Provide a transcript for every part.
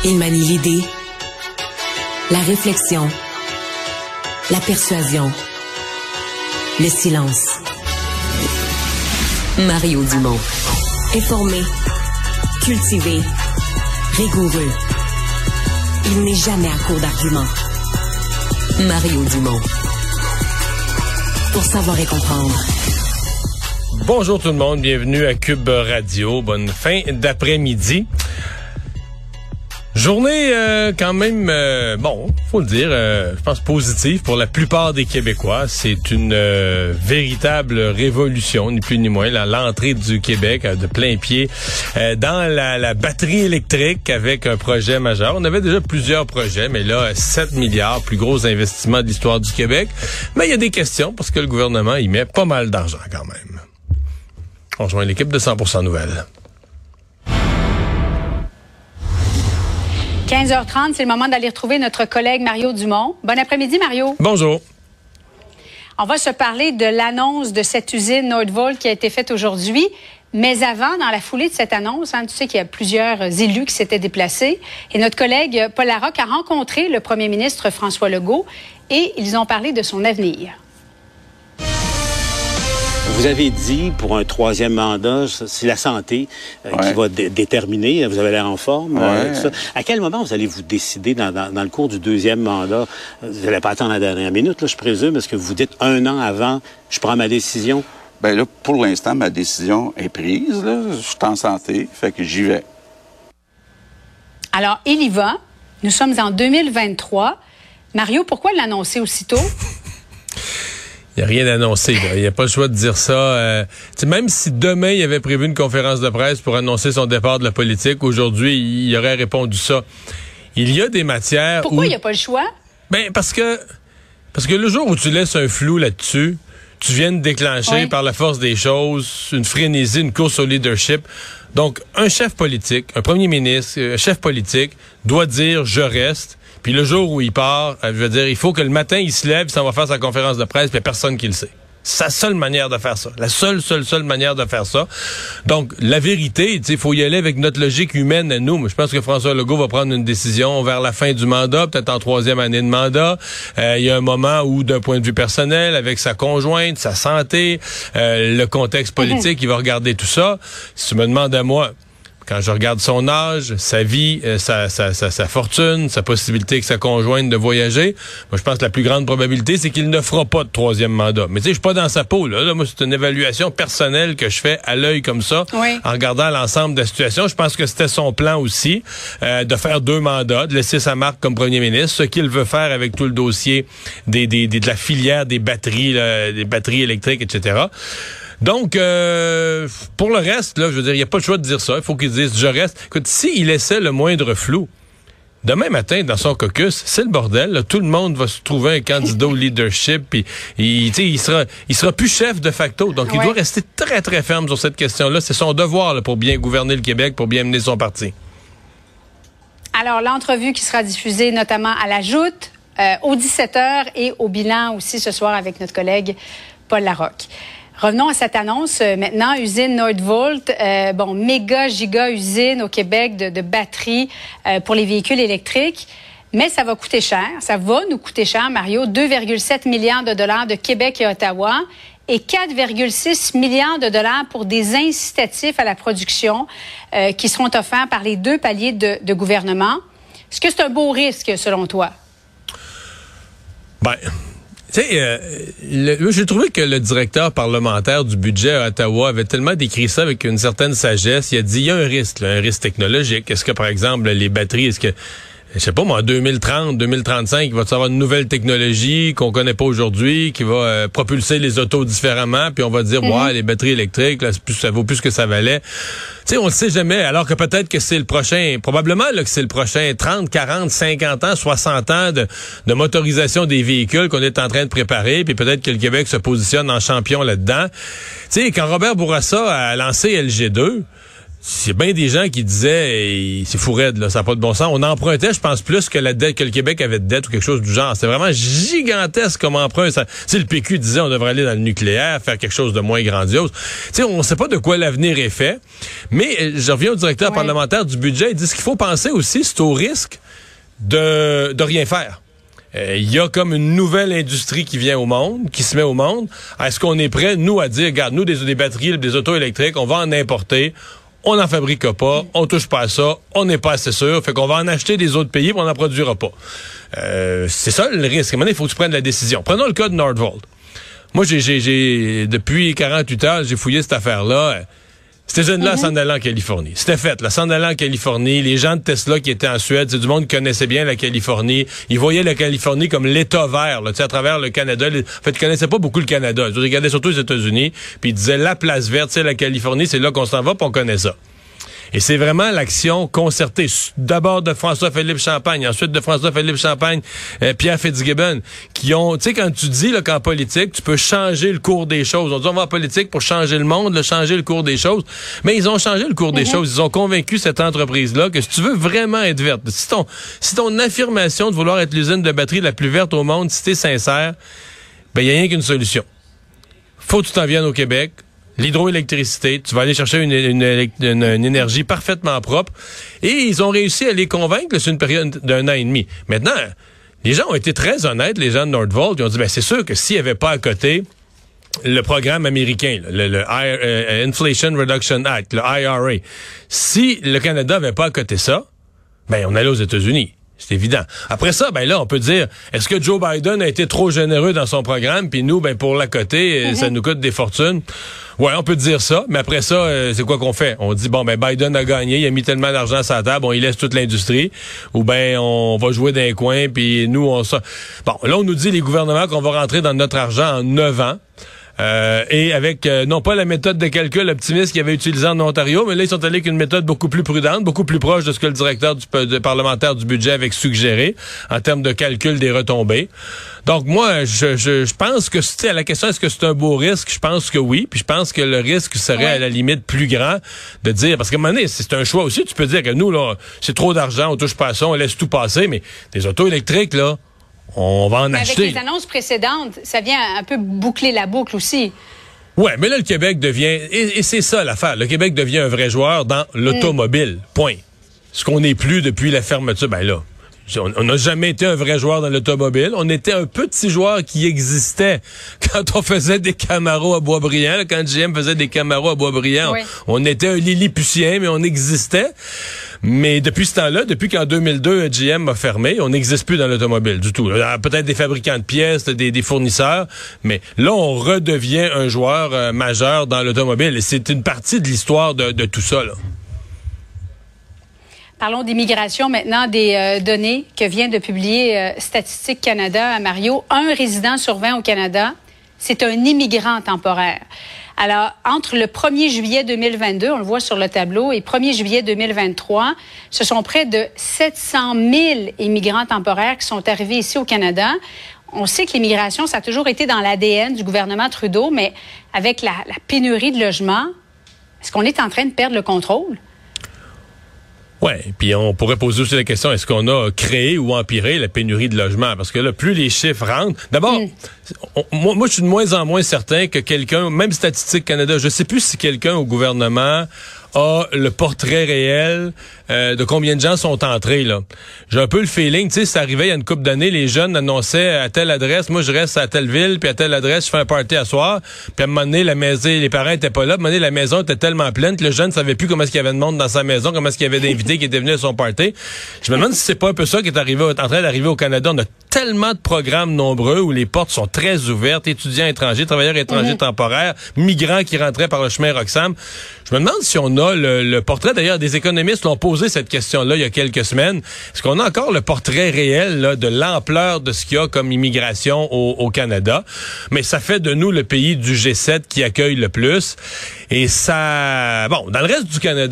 Il manie l'idée, la réflexion, la persuasion, le silence. Mario Dumont. Informé, cultivé, rigoureux. Il n'est jamais à court d'arguments. Mario Dumont. Pour savoir et comprendre. Bonjour tout le monde, bienvenue à Cube Radio. Bonne fin d'après-midi. Journée quand même, faut le dire, je pense positive pour la plupart des Québécois. C'est une véritable révolution, ni plus ni moins, l'entrée du Québec de plein pied dans la batterie électrique avec un projet majeur. On avait déjà plusieurs projets, mais là, 7 milliards, plus gros investissement de l'histoire du Québec. Mais il y a des questions parce que le gouvernement y met pas mal d'argent quand même. On rejoint l'équipe de 100% Nouvelles. 15h30, c'est le moment d'aller retrouver notre collègue Mario Dumont. Bon après-midi, Mario. Bonjour. On va se parler de l'annonce de cette usine Nordvolt qui a été faite aujourd'hui. Mais avant, dans la foulée de cette annonce, tu sais qu'il y a plusieurs élus qui s'étaient déplacés. Et notre collègue Paul Larocque a rencontré le premier ministre François Legault et ils ont parlé de son avenir. Vous avez dit, pour un troisième mandat, c'est la santé qui va déterminer. Vous avez l'air en forme. Tout ça. À quel moment vous allez vous décider dans le cours du deuxième mandat? Vous n'allez pas attendre la dernière minute, là, je présume, parce que vous dites un an avant, je prends ma décision. Bien là, pour l'instant, ma décision est prise. Là. Je suis en santé, fait que j'y vais. Alors, il y va. Nous sommes en 2023. Mario, pourquoi l'annoncer aussitôt? Il n'y a rien annoncé. Il n'y a pas le choix de dire ça. Même si demain, il avait prévu une conférence de presse pour annoncer son départ de la politique, aujourd'hui, il aurait répondu ça. Il y a des matières Pourquoi il n'y a pas le choix? Ben, parce que le jour où tu laisses un flou là-dessus, tu viens de déclencher par la force des choses une frénésie, une course au leadership. Donc, un chef politique, un premier ministre, un chef politique doit dire « je reste ». Puis le jour où il part, je veux dire, il faut que le matin, il se lève, ça va faire sa conférence de presse, puis il n'y a personne qui le sait. C'est sa seule manière de faire ça. La seule manière de faire ça. Donc, la vérité, il faut y aller avec notre logique humaine à nous. Je pense que François Legault va prendre une décision vers la fin du mandat, peut-être en troisième année de mandat. Il y a un moment où, d'un point de vue personnel, avec sa conjointe, sa santé, le contexte politique, il va regarder tout ça. Si tu me demandes à moi, quand je regarde son âge, sa vie, sa fortune, sa possibilité avec sa conjointe de voyager, moi je pense que la plus grande probabilité, c'est qu'il ne fera pas de troisième mandat. Mais tu sais, je suis pas dans sa peau. Là, moi, c'est une évaluation personnelle que je fais à l'œil comme ça, en regardant l'ensemble de la situation. Je pense que c'était son plan aussi, de faire 2 mandats, de laisser sa marque comme premier ministre, ce qu'il veut faire avec tout le dossier de la filière des batteries électriques, etc. Donc, pour le reste, là, je veux dire, il n'y a pas le choix de dire ça. Il faut qu'il dise « je reste ». Écoute, s'il laissait le moindre flou, demain matin, dans son caucus, c'est le bordel. Là, tout le monde va se trouver un candidat au leadership. Puis, il sera plus chef de facto. Donc, il doit rester très, très ferme sur cette question-là. C'est son devoir là, pour bien gouverner le Québec, pour bien mener son parti. Alors, l'entrevue qui sera diffusée notamment à la Joute, aux 17h et au bilan aussi ce soir avec notre collègue Paul Larocque. Revenons à cette annonce. Maintenant, usine Nordvolt, méga, giga usine au Québec de batteries pour les véhicules électriques. Mais ça va coûter cher. Ça va nous coûter cher, Mario. 2,7 milliards de dollars de Québec et Ottawa et 4,6 milliards de dollars pour des incitatifs à la production qui seront offerts par les 2 paliers de gouvernement. Est-ce que c'est un beau risque, selon toi? Tu sais, j'ai trouvé que le directeur parlementaire du budget à Ottawa avait tellement décrit ça avec une certaine sagesse. Il a dit, il y a un risque technologique. Est-ce que, par exemple, les batteries, je sais pas moi, en 2030, 2035, il va y avoir une nouvelle technologie qu'on connaît pas aujourd'hui, qui va propulser les autos différemment, puis on va dire, les batteries électriques, là, ça vaut plus ce que ça valait. Tu sais, on le sait jamais, alors que peut-être que c'est le prochain, probablement là, que c'est le prochain 30, 40, 50 ans, 60 ans de motorisation des véhicules qu'on est en train de préparer, puis peut-être que le Québec se positionne en champion là-dedans. Tu sais, quand Robert Bourassa a lancé LG2, c'est bien des gens qui disaient c'est fou raide, là, ça n'a pas de bon sens. On empruntait, je pense, plus que la dette que le Québec avait de dette ou quelque chose du genre. C'est vraiment gigantesque comme emprunt. Le PQ disait on devrait aller dans le nucléaire, faire quelque chose de moins grandiose. T'sais, on ne sait pas de quoi l'avenir est fait. Mais je reviens au directeur parlementaire du budget. Il dit ce qu'il faut penser aussi, c'est au risque de rien faire. Il y a comme une nouvelle industrie qui vient au monde, qui se met au monde. Est-ce qu'on est prêt, nous, à dire, regarde, nous, des batteries, des autos électriques, on va en importer. On n'en fabrique pas, on touche pas à ça, on n'est pas assez sûr, fait qu'on va en acheter des autres pays, puis on n'en produira pas. C'est ça le risque. À un moment donné, il faut que tu prennes la décision. Prenons le cas de Nordvolt. Moi, j'ai depuis 48 heures, j'ai fouillé cette affaire-là. Ces jeunes-là s'en allaient en Californie. C'était fait, là, s'en allaient en Californie. Les gens de Tesla qui étaient en Suède, c'est du monde qui connaissait bien la Californie. Ils voyaient la Californie comme l'État vert, là, tu sais, à travers le Canada. En fait, ils connaissaient pas beaucoup le Canada. Ils regardaient surtout les États-Unis, puis ils disaient la place verte, c'est la Californie, c'est là qu'on s'en va, puis on connaît ça. Et c'est vraiment l'action concertée. D'abord de François-Philippe Champagne, ensuite de François-Philippe Champagne, Pierre Fitzgibbon, qui ont, tu sais, quand tu dis là, qu'en politique, tu peux changer le cours des choses. On dit on va en politique pour changer le monde, changer le cours des choses. Mais ils ont changé le cours des choses. Ils ont convaincu cette entreprise-là que si tu veux vraiment être verte, si ton affirmation de vouloir être l'usine de batterie la plus verte au monde, si t'es sincère, ben il y a rien qu'une solution. Faut que tu t'en viennes au Québec. L'hydroélectricité, tu vas aller chercher une énergie parfaitement propre. Et ils ont réussi à les convaincre sur une période d'1 an et demi. Maintenant, les gens ont été très honnêtes, les gens de Nordvolt. Ils ont dit, c'est sûr que s'il n'y avait pas à côté le programme américain, le Inflation Reduction Act, le IRA, si le Canada n'avait pas à côté ça, on allait aux États-Unis. C'est évident. Après ça, là, on peut dire, est-ce que Joe Biden a été trop généreux dans son programme, puis nous, pour l'à côté, ça nous coûte des fortunes? Ouais, on peut dire ça, mais après ça, c'est quoi qu'on fait? On dit, Biden a gagné, il a mis tellement d'argent sur la table, on y laisse toute l'industrie, ou on va jouer dans les coins, puis nous, Bon, là, on nous dit, les gouvernements, qu'on va rentrer dans notre argent en 9 ans. Et avec, non pas la méthode de calcul optimiste qu'ils avaient utilisée en Ontario, mais là, ils sont allés avec une méthode beaucoup plus prudente, beaucoup plus proche de ce que le directeur parlementaire du budget avait suggéré en termes de calcul des retombées. Donc, moi, je pense que à la question, est-ce que c'est un beau risque? Je pense que oui. Puis je pense que le risque serait à la limite plus grand de dire, parce qu'à un moment donné, c'est un choix aussi. Tu peux dire que nous, là, c'est trop d'argent, on touche pas à ça, on laisse tout passer, mais des autos électriques, là, on va en acheter. Avec les annonces précédentes, ça vient un peu boucler la boucle aussi. Ouais, mais là, le Québec devient... Et c'est ça l'affaire. Le Québec devient un vrai joueur dans l'automobile. Point. Ce qu'on n'est plus depuis la fermeture, là... On n'a jamais été un vrai joueur dans l'automobile. On était un petit joueur qui existait quand on faisait des Camaro à Boisbriand. Quand GM faisait des Camaro à Boisbriand, on était un Lilliputien, mais on existait. Mais depuis ce temps-là, depuis qu'en 2002, GM a fermé, on n'existe plus dans l'automobile du tout. Peut-être des fabricants de pièces, des fournisseurs, mais là, on redevient un joueur majeur dans l'automobile. Et c'est une partie de l'histoire de tout ça, là. Parlons d'immigration maintenant, des données que vient de publier Statistique Canada, Mario. 1 résident sur 20 au Canada, c'est un immigrant temporaire. Alors, entre le 1er juillet 2022, on le voit sur le tableau, et 1er juillet 2023, ce sont près de 700 000 immigrants temporaires qui sont arrivés ici au Canada. On sait que l'immigration, ça a toujours été dans l'ADN du gouvernement Trudeau, mais avec la pénurie de logements, est-ce qu'on est en train de perdre le contrôle? Ouais, puis on pourrait poser aussi la question, est-ce qu'on a créé ou empiré la pénurie de logements? Parce que là, plus les chiffres rentrent... D'abord, moi, je suis de moins en moins certain que quelqu'un, même Statistique Canada, je sais plus si quelqu'un au gouvernement a le portrait réel de combien de gens sont entrés, là. J'ai un peu le feeling, tu sais, ça arrivait il y a une couple d'années, les jeunes annonçaient à telle adresse, moi je reste à telle ville, puis à telle adresse, je fais un party à soir, puis à un moment donné, les parents étaient pas là, à un moment donné, la maison était tellement pleine que le jeune savait plus comment est-ce qu'il y avait de monde dans sa maison, comment est-ce qu'il y avait d'invités qui étaient venus à son party. Je me demande si c'est pas un peu ça qui est en train d'arriver au Canada. On a tellement de programmes nombreux où les portes sont très ouvertes, étudiants étrangers, travailleurs étrangers temporaires, migrants qui rentraient par le chemin Roxham. Je me demande si on a le portrait, d'ailleurs, des économistes l'ont posé cette question-là il y a quelques semaines. Est-ce qu'on a encore le portrait réel là, de l'ampleur de ce qu'il y a comme immigration au Canada? Mais ça fait de nous le pays du G7 qui accueille le plus. Et ça... Bon, dans le reste du Canada,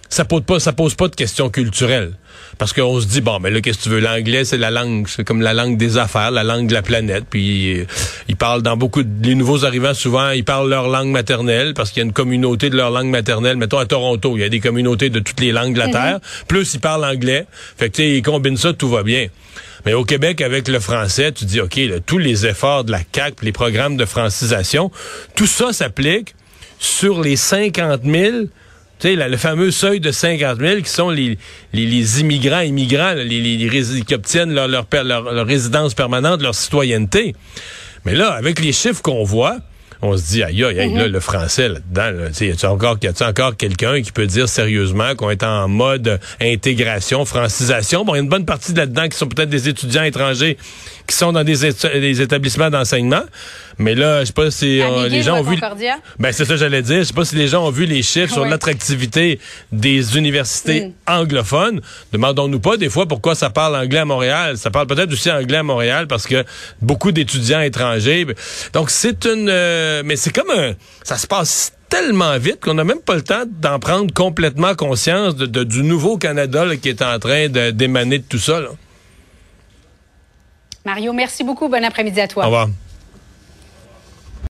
ça pose pas de questions culturelles. Parce qu'on se dit, bon, mais là, qu'est-ce que tu veux? L'anglais, c'est la langue, c'est comme la langue des affaires, la langue de la planète. Puis, ils parlent les nouveaux arrivants, souvent, ils parlent leur langue maternelle parce qu'il y a une communauté de leur langue maternelle. Mettons, à Toronto, il y a des communautés de toutes les langues de la Terre. Plus, ils parlent anglais. Fait que, tu sais, ils combinent ça, tout va bien. Mais au Québec, avec le français, tu dis, OK, là, tous les efforts de la CAQ, les programmes de francisation, tout ça s'applique sur les 50 000, tu sais, le fameux seuil de 50 000 qui sont les immigrants, là, qui obtiennent leur résidence permanente, leur citoyenneté. Mais là, avec les chiffres qu'on voit, on se dit, aïe, là, le français, là-dedans, là, y a-t-il encore quelqu'un qui peut dire sérieusement qu'on est en mode intégration, francisation? Bon, il y a une bonne partie là-dedans qui sont peut-être des étudiants étrangers qui sont dans des établissements d'enseignement. Mais là, je sais pas si les gens ont vu... Ben, c'est ça, j'allais dire. Je sais pas si les gens ont vu les chiffres sur l'attractivité des universités anglophones. Demandons-nous pas, des fois, pourquoi ça parle anglais à Montréal. Ça parle peut-être aussi anglais à Montréal parce que beaucoup d'étudiants étrangers. Donc, c'est mais c'est comme ça se passe tellement vite qu'on n'a même pas le temps d'en prendre complètement conscience du nouveau Canada là, qui est en train d'émaner de tout ça, là. Mario, merci beaucoup. Bon après-midi à toi. Au revoir.